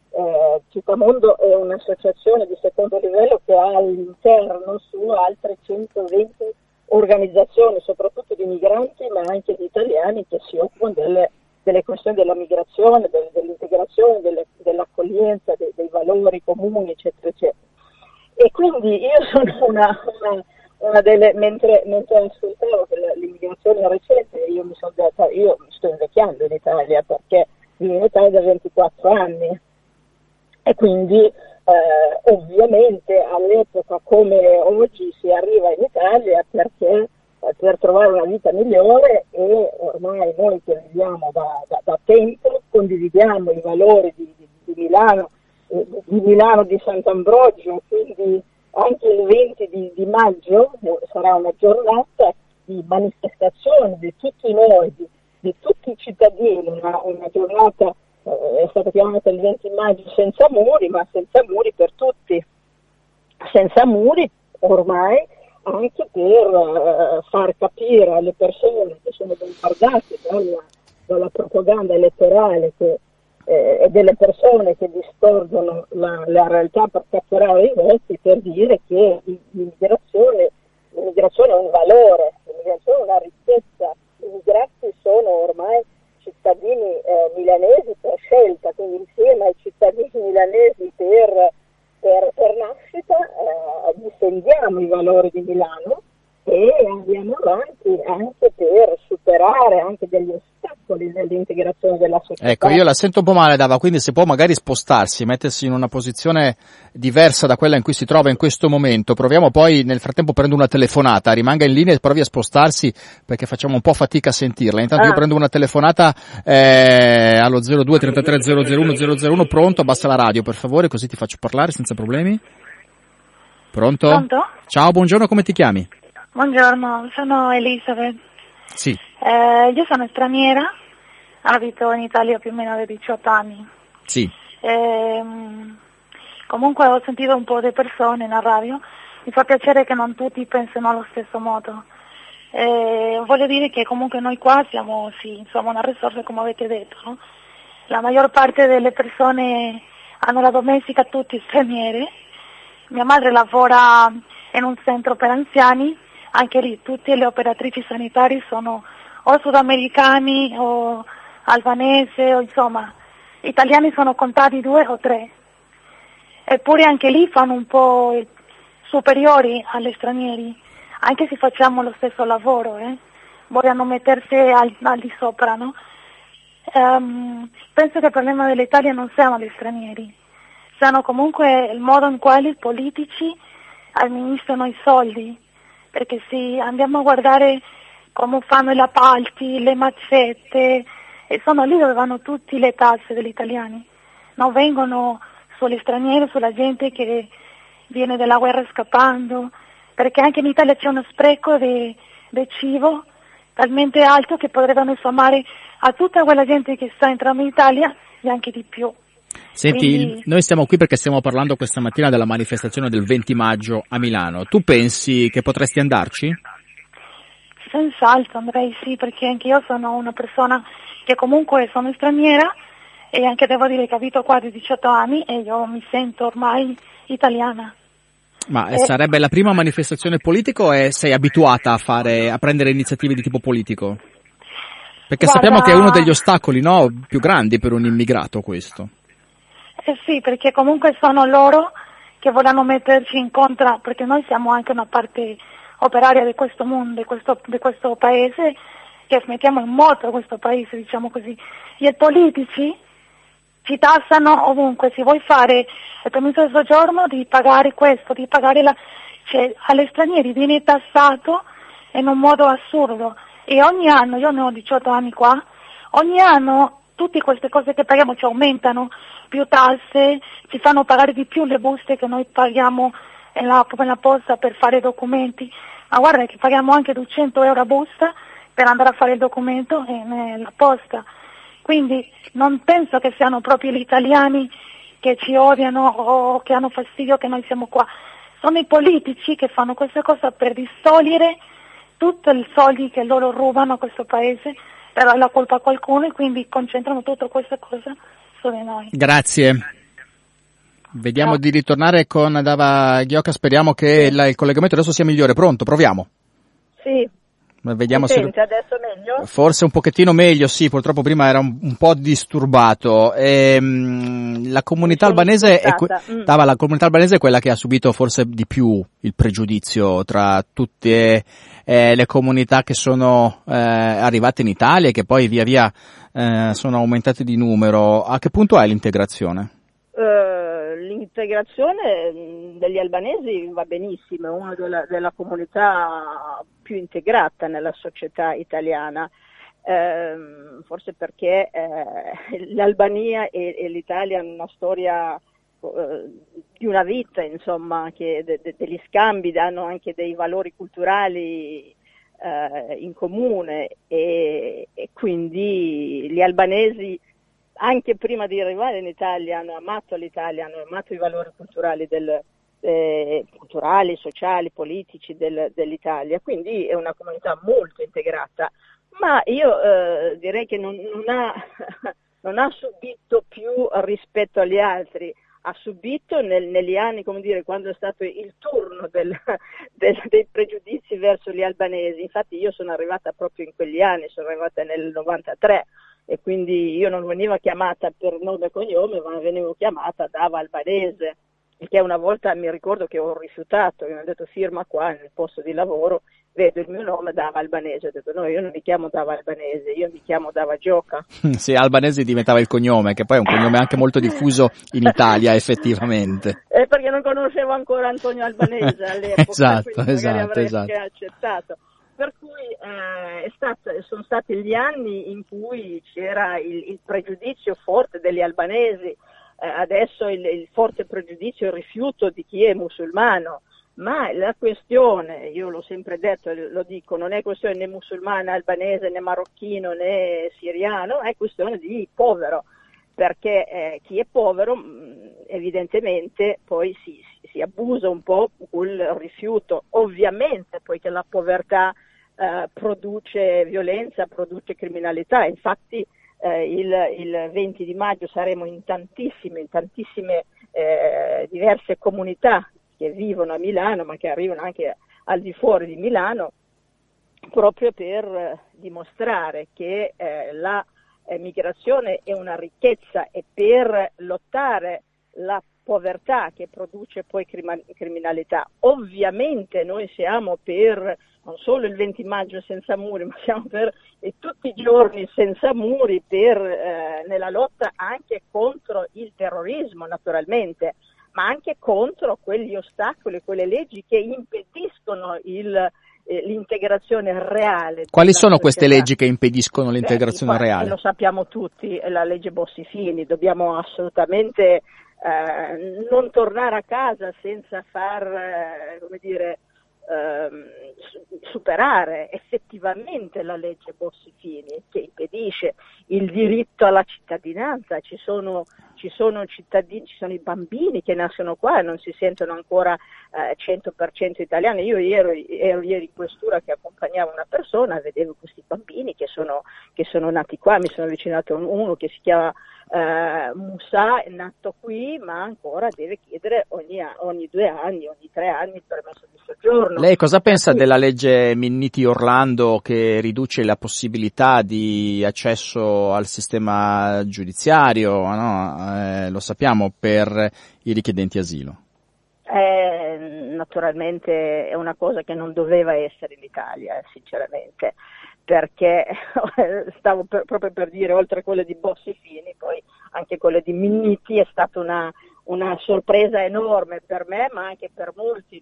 Città Mondo è un'associazione di secondo livello che ha all'interno su altre 120 organizzazioni, soprattutto di migranti ma anche di italiani che si occupano delle questioni della migrazione, dell'integrazione, dell'accoglienza, dei valori comuni, eccetera, eccetera. E quindi io sono una delle, mentre ascoltavo che l'immigrazione è recente, io mi sto invecchiando in Italia perché vivo in Italia da 24 anni e quindi ovviamente all'epoca come oggi si arriva in Italia perché per trovare una vita migliore, e ormai noi che viviamo da tempo condividiamo i valori di Milano, di Sant'Ambrogio, quindi anche il 20 di maggio sarà una giornata di manifestazione di tutti noi, di tutti i cittadini, una giornata è stata chiamata il 20 maggio senza muri, ma senza muri per tutti, senza muri ormai anche per far capire alle persone che sono bombardate dalla propaganda elettorale e delle persone che distorcono la realtà per catturare i voti, per dire che l'immigrazione è un valore, l'immigrazione è una ricchezza. I migranti sono ormai cittadini milanesi per scelta, quindi insieme ai cittadini milanesi per nascita difendiamo i valori di Milano e andiamo avanti anche per superare anche degli ostacoli nell'integrazione della società. Ecco, io la sento un po' male, Dava, quindi se può magari spostarsi, mettersi in una posizione diversa da quella in cui si trova in questo momento. Proviamo poi, nel frattempo prendo una telefonata, rimanga in linea e provi a spostarsi perché facciamo un po' fatica a sentirla. Intanto io prendo una telefonata allo 02 33 001 001, pronto? Abbassa la radio per favore così ti faccio parlare senza problemi. Pronto? Pronto? Ciao, buongiorno, come ti chiami? Buongiorno, sono Elisabeth. Sì. Io sono straniera, abito in Italia più o meno da 18 anni. Sì. Comunque ho sentito un po' di persone nella radio, mi fa piacere che non tutti pensano allo stesso modo. Voglio dire che comunque noi qua siamo una risorsa, come avete detto, no? La maggior parte delle persone hanno la domestica, tutti straniere. Mia madre lavora in un centro per anziani, anche lì tutte le operatrici sanitarie sono o sudamericani o albanesi o insomma italiani sono contati 2 o 3. Eppure anche lì fanno un po' superiori agli stranieri, anche se facciamo lo stesso lavoro, vogliono mettersi al di sopra, no? Penso che il problema dell'Italia non siano gli stranieri, siano comunque il modo in cui i politici amministrano i soldi, perché se andiamo a guardare come fanno gli appalti, le mazzette, e sono lì dove vanno tutte le tasse degli italiani, non vengono sugli stranieri, sulla gente che viene dalla guerra scappando, perché anche in Italia c'è uno spreco di cibo talmente alto che potrebbero infamare a tutta quella gente che sta entrando in Italia e anche di più. Senti, Quindi, noi stiamo qui perché stiamo parlando questa mattina della manifestazione del 20 maggio a Milano. Tu pensi che potresti andarci? senz'altro andrei, sì, perché anche io sono una persona che comunque sono straniera e anche devo dire che abito qua da 18 anni e io mi sento ormai italiana. Ma sarebbe la prima manifestazione politica o sei abituata a prendere iniziative di tipo politico? Perché sappiamo che è uno degli ostacoli, no, più grandi per un immigrato questo. Sì, perché comunque sono loro che vogliono metterci in contra, perché noi siamo anche una parte operaria di questo mondo, di questo paese, che mettiamo in moto questo paese, diciamo così. E i politici ci tassano ovunque, se vuoi fare il permesso di soggiorno devi pagare questo, devi pagare cioè agli stranieri viene tassato in un modo assurdo e ogni anno, io ne ho 18 anni qua, ogni anno tutte queste cose che paghiamo ci aumentano, più tasse, ci fanno pagare di più le buste che noi paghiamo nella posta per fare i documenti, ma guarda che paghiamo anche 200 euro a busta per andare a fare il documento nella posta. Quindi non penso che siano proprio gli italiani che ci odiano o che hanno fastidio che noi siamo qua. Sono i politici che fanno questa cosa per distogliere tutti i soldi che loro rubano a questo paese, per dare la colpa a qualcuno e quindi concentrano tutta questa cosa su di noi. Grazie. Vediamo di ritornare con Dava Ghioca, speriamo che il collegamento adesso sia migliore. Pronto, proviamo. Sì. Vediamo se adesso meglio? Forse un pochettino meglio, sì, purtroppo prima era un po' disturbato. La comunità albanese la comunità albanese è quella che ha subito forse di più il pregiudizio tra tutte le comunità che sono arrivate in Italia e che poi via via sono aumentate di numero. A che punto è l'integrazione? L'integrazione degli albanesi va benissimo, è una della comunità più integrata nella società italiana, forse perché l'Albania e l'Italia hanno una storia di una vita, insomma, che degli scambi, hanno anche dei valori culturali in comune e quindi gli albanesi anche prima di arrivare in Italia hanno amato l'Italia, hanno amato i valori culturali culturali, sociali, politici dell'Italia, quindi è una comunità molto integrata, ma io direi che non ha subito più rispetto agli altri, ha subito negli anni, come dire, quando è stato il turno dei pregiudizi verso gli albanesi. Infatti io sono arrivata proprio in quegli anni, sono arrivata nel 93 e quindi io non venivo chiamata per nome e cognome, ma venivo chiamata Dava Albanese, che una volta mi ricordo che ho rifiutato, mi hanno detto firma qua nel posto di lavoro, vedo il mio nome Dava Albanese, ho detto no, io non mi chiamo Dava Albanese, io mi chiamo Dava Ghioca. Sì, Albanese diventava il cognome, che poi è un cognome anche molto diffuso in Italia effettivamente. Perché non conoscevo ancora Antonio Albanese all'epoca, quindi avrei anche accettato. Per cui sono stati gli anni in cui c'era il pregiudizio forte degli albanesi, adesso il forte pregiudizio e il rifiuto di chi è musulmano. ma la questione, io l'ho sempre detto e lo dico, non è questione né musulmana, albanese, né marocchino, né siriano, è questione di povero, perché chi è povero evidentemente poi si abusa un po' col rifiuto, ovviamente poiché la povertà produce violenza, produce criminalità, infatti il 20 di maggio saremo in tantissime diverse comunità che vivono a Milano ma che arrivano anche al di fuori di Milano, proprio per dimostrare che la migrazione è una ricchezza e per lottare la povertà che produce poi criminalità. Ovviamente noi siamo per non solo il 20 maggio senza muri, ma siamo per tutti i giorni senza muri nella lotta anche contro il terrorismo naturalmente, ma anche contro quegli ostacoli, quelle leggi che impediscono l'integrazione reale. Quali sono queste leggi che impediscono l'integrazione reale? Lo sappiamo tutti, la legge Bossi-Fini, dobbiamo assolutamente non tornare a casa senza far, superare effettivamente la legge Bossi-Fini che impedisce il diritto alla cittadinanza. Ci sono cittadini, ci sono i bambini che nascono qua e non si sentono ancora 100% italiani. Io ero ieri in questura che accompagnavo una persona, vedevo questi bambini che sono nati qua, mi sono avvicinato a uno che si chiama Musa, è nato qui ma ancora deve chiedere ogni 2 anni, ogni 3 anni il permesso di soggiorno. Lei cosa pensa della legge Minniti-Orlando che riduce la possibilità di accesso al sistema giudiziario, no? Lo sappiamo, per i richiedenti asilo? Naturalmente è una cosa che non doveva essere in Italia, sinceramente, perché stavo proprio per dire, oltre a quelle di Bossi-Fini, poi anche quelle di Minniti è stata una sorpresa enorme per me, ma anche per molti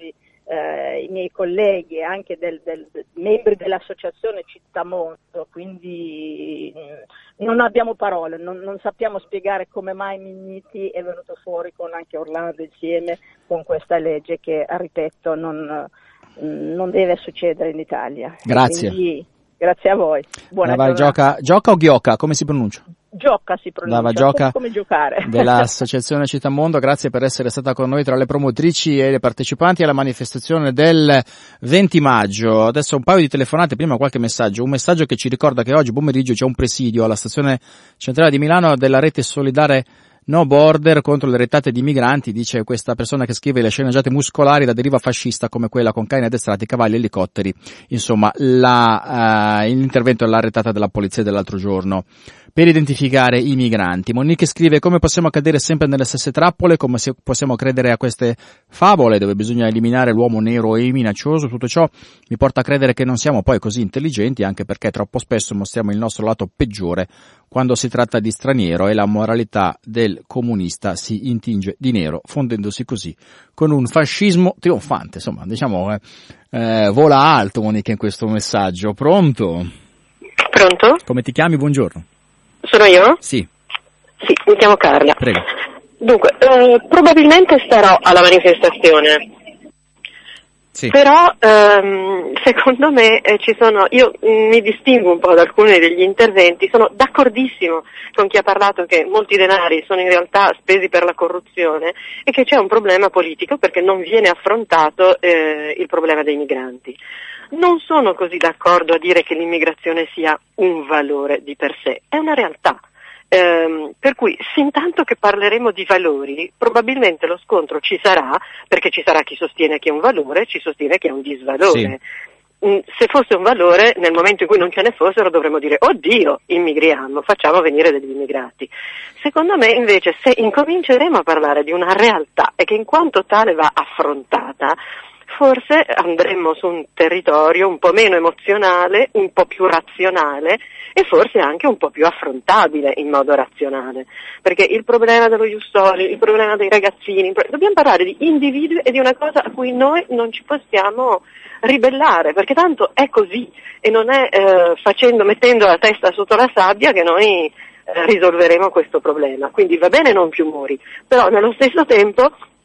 i miei colleghi, anche membri dell'associazione Città Mondo, quindi non abbiamo parole, non sappiamo spiegare come mai Minniti è venuto fuori con anche Orlando insieme con questa legge che, ripeto, non deve succedere in Italia. Grazie. Quindi, grazie a voi. Buona giornata. Gioca o Ghioca? Come si pronuncia? Gioca si pronuncia, come giocare. Dell'Associazione Città Mondo, grazie per essere stata con noi tra le promotrici e le partecipanti alla manifestazione del 20 maggio. Adesso un paio di telefonate, prima qualche messaggio. Un messaggio che ci ricorda che oggi pomeriggio c'è un presidio alla stazione centrale di Milano della rete solidale No Border contro le rettate di migranti, dice questa persona che scrive: le sceneggiate muscolari da deriva fascista come quella con cani addestrati, cavalli, elicotteri, insomma l'intervento alla retata della polizia dell'altro giorno per identificare i migranti. Monique scrive: come possiamo cadere sempre nelle stesse trappole, come possiamo credere a queste favole dove bisogna eliminare l'uomo nero e minaccioso. Tutto ciò mi porta a credere che non siamo poi così intelligenti, anche perché troppo spesso mostriamo il nostro lato peggiore quando si tratta di straniero e la moralità del comunista si intinge di nero, fondendosi così con un fascismo trionfante. Insomma, diciamo, vola alto Monique in questo messaggio. Pronto? Pronto? Come ti chiami? Buongiorno. Sono io? Sì. Sì, mi chiamo Carla. Prego. Dunque, probabilmente starò alla manifestazione. Sì. Però secondo me io mi distingo un po' da alcuni degli interventi, sono d'accordissimo con chi ha parlato che molti denari sono in realtà spesi per la corruzione e che c'è un problema politico perché non viene affrontato il problema dei migranti. Non sono così d'accordo a dire che l'immigrazione sia un valore di per sé, è una realtà. Per cui fintanto che parleremo di valori probabilmente lo scontro ci sarà, perché ci sarà chi sostiene che è un valore, chi sostiene che è un disvalore. Sì. Se fosse un valore, nel momento in cui non ce ne fossero dovremmo dire oddio, immigriamo, facciamo venire degli immigrati. Secondo me invece se incominceremo a parlare di una realtà e che in quanto tale va affrontata, forse andremmo su un territorio un po' meno emozionale, un po' più razionale e forse anche un po' più affrontabile in modo razionale, perché il problema dello Ius Soli, il problema dei ragazzini, dobbiamo parlare di individui e di una cosa a cui noi non ci possiamo ribellare, perché tanto è così e non è mettendo la testa sotto la sabbia che noi risolveremo questo problema. Quindi va bene non più muri, però nello stesso tempo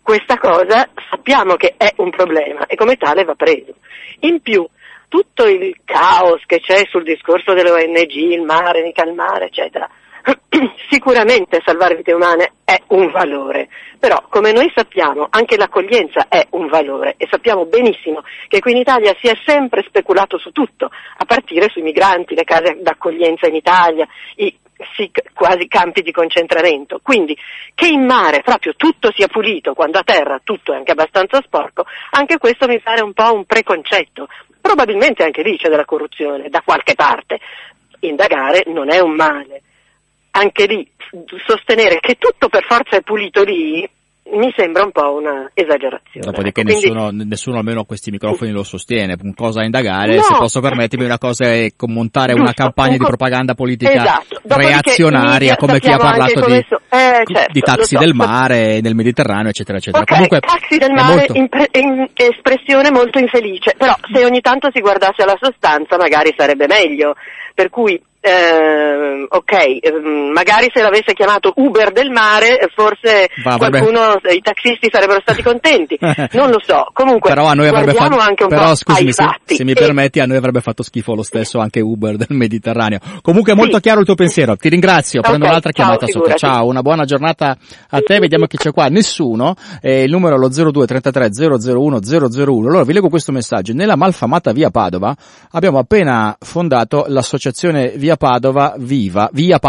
questa cosa sappiamo che è un problema e come tale va preso. In più, tutto il caos che c'è sul discorso delle ONG, il mare, mica il mare, eccetera, sicuramente salvare vite umane è un valore, però come noi sappiamo anche l'accoglienza è un valore e sappiamo benissimo che qui in Italia si è sempre speculato su tutto, a partire sui migranti, le case d'accoglienza in Italia, i quasi campi di concentramento, quindi che in mare proprio tutto sia pulito quando a terra tutto è anche abbastanza sporco, anche questo mi pare un po' un preconcetto, probabilmente anche lì c'è della corruzione da qualche parte, indagare non è un male. Anche lì sostenere che tutto per forza è pulito lì mi sembra un po' una esagerazione. Dopodiché nessuno almeno a questi microfoni lo sostiene, cosa a indagare, se posso permettermi, una cosa è montare una campagna di propaganda politica reazionaria come chi ha parlato di taxi del mare nel Mediterraneo, eccetera, eccetera. Okay, comunque taxi del mare in espressione molto infelice, però se ogni tanto si guardasse alla sostanza magari sarebbe meglio, per cui magari se l'avesse chiamato Uber del mare forse qualcuno, i taxisti sarebbero stati contenti, non lo so, comunque però a noi guardiamo anche un po' ai fatti. Se mi permetti, a noi avrebbe fatto schifo lo stesso anche Uber del Mediterraneo. Comunque molto chiaro il tuo pensiero, ti ringrazio, prendo un'altra chiamata sotto. Ciao, una buona giornata a te, vediamo chi c'è qua. Nessuno, il numero è lo 02 33 001 001. Allora vi leggo questo messaggio: nella malfamata via Padova abbiamo appena fondato l'associazione Via Padova Viva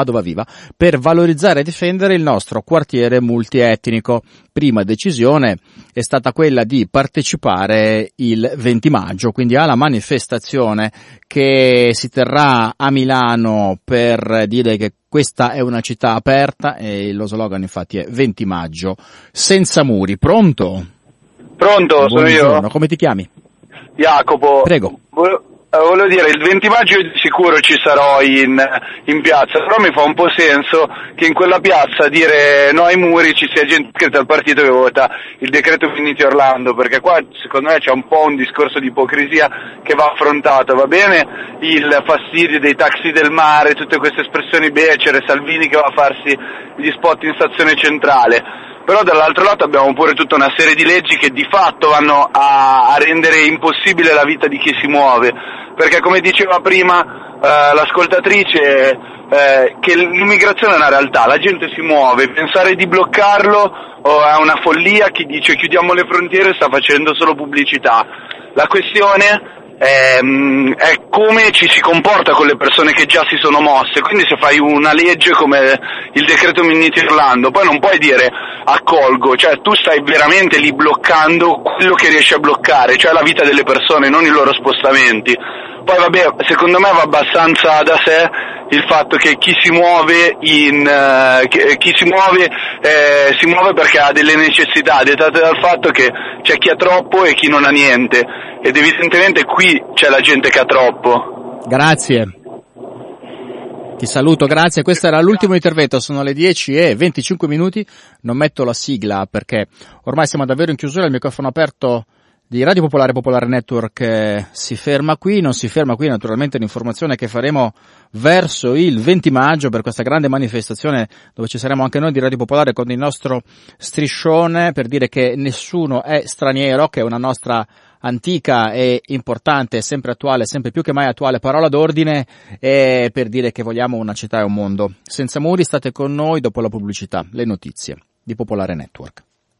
per valorizzare e difendere il nostro quartiere multietnico. Prima decisione è stata quella di partecipare il 20 maggio, quindi alla manifestazione che si terrà a Milano per dire che questa è una città aperta, e lo slogan infatti è 20 maggio senza muri. Pronto? Pronto, sono io. Come ti chiami? Jacopo. Prego. Volevo dire, il 20 maggio di sicuro ci sarò in piazza, però mi fa un po' senso che in quella piazza dire no ai muri ci sia gente iscritta al partito che vota il decreto Minniti Orlando, perché qua secondo me c'è un po' un discorso di ipocrisia che va affrontato. Va bene il fastidio dei taxi del mare, tutte queste espressioni becere, Salvini che va a farsi gli spot in stazione centrale, però dall'altro lato abbiamo pure tutta una serie di leggi che di fatto vanno a rendere impossibile la vita di chi si muove, perché come diceva prima l'ascoltatrice, che l'immigrazione è una realtà, la gente si muove, pensare di bloccarlo è una follia, chi dice chiudiamo le frontiere sta facendo solo pubblicità. La questione è come ci si comporta con le persone che già si sono mosse, quindi se fai una legge come il decreto Minniti Orlando poi non puoi dire accolgo, cioè tu stai veramente lì bloccando quello che riesci a bloccare, cioè la vita delle persone, non i loro spostamenti. Poi vabbè, secondo me va abbastanza da sé il fatto che chi si muove si muove perché ha delle necessità dettate dal fatto che c'è chi ha troppo e chi non ha niente, ed evidentemente qui c'è la gente che ha troppo. Grazie. Ti saluto, grazie. Questo era l'ultimo intervento, sono le 10:25, non metto la sigla perché ormai siamo davvero in chiusura, il microfono aperto di Radio Popolare Network si ferma qui, non si ferma qui naturalmente l'informazione che faremo verso il 20 maggio per questa grande manifestazione dove ci saremo anche noi di Radio Popolare con il nostro striscione per dire che nessuno è straniero, che è una nostra antica e importante, sempre attuale, sempre più che mai attuale parola d'ordine, e per dire che vogliamo una città e un mondo senza muri. State con noi dopo la pubblicità, le notizie di Popolare Network.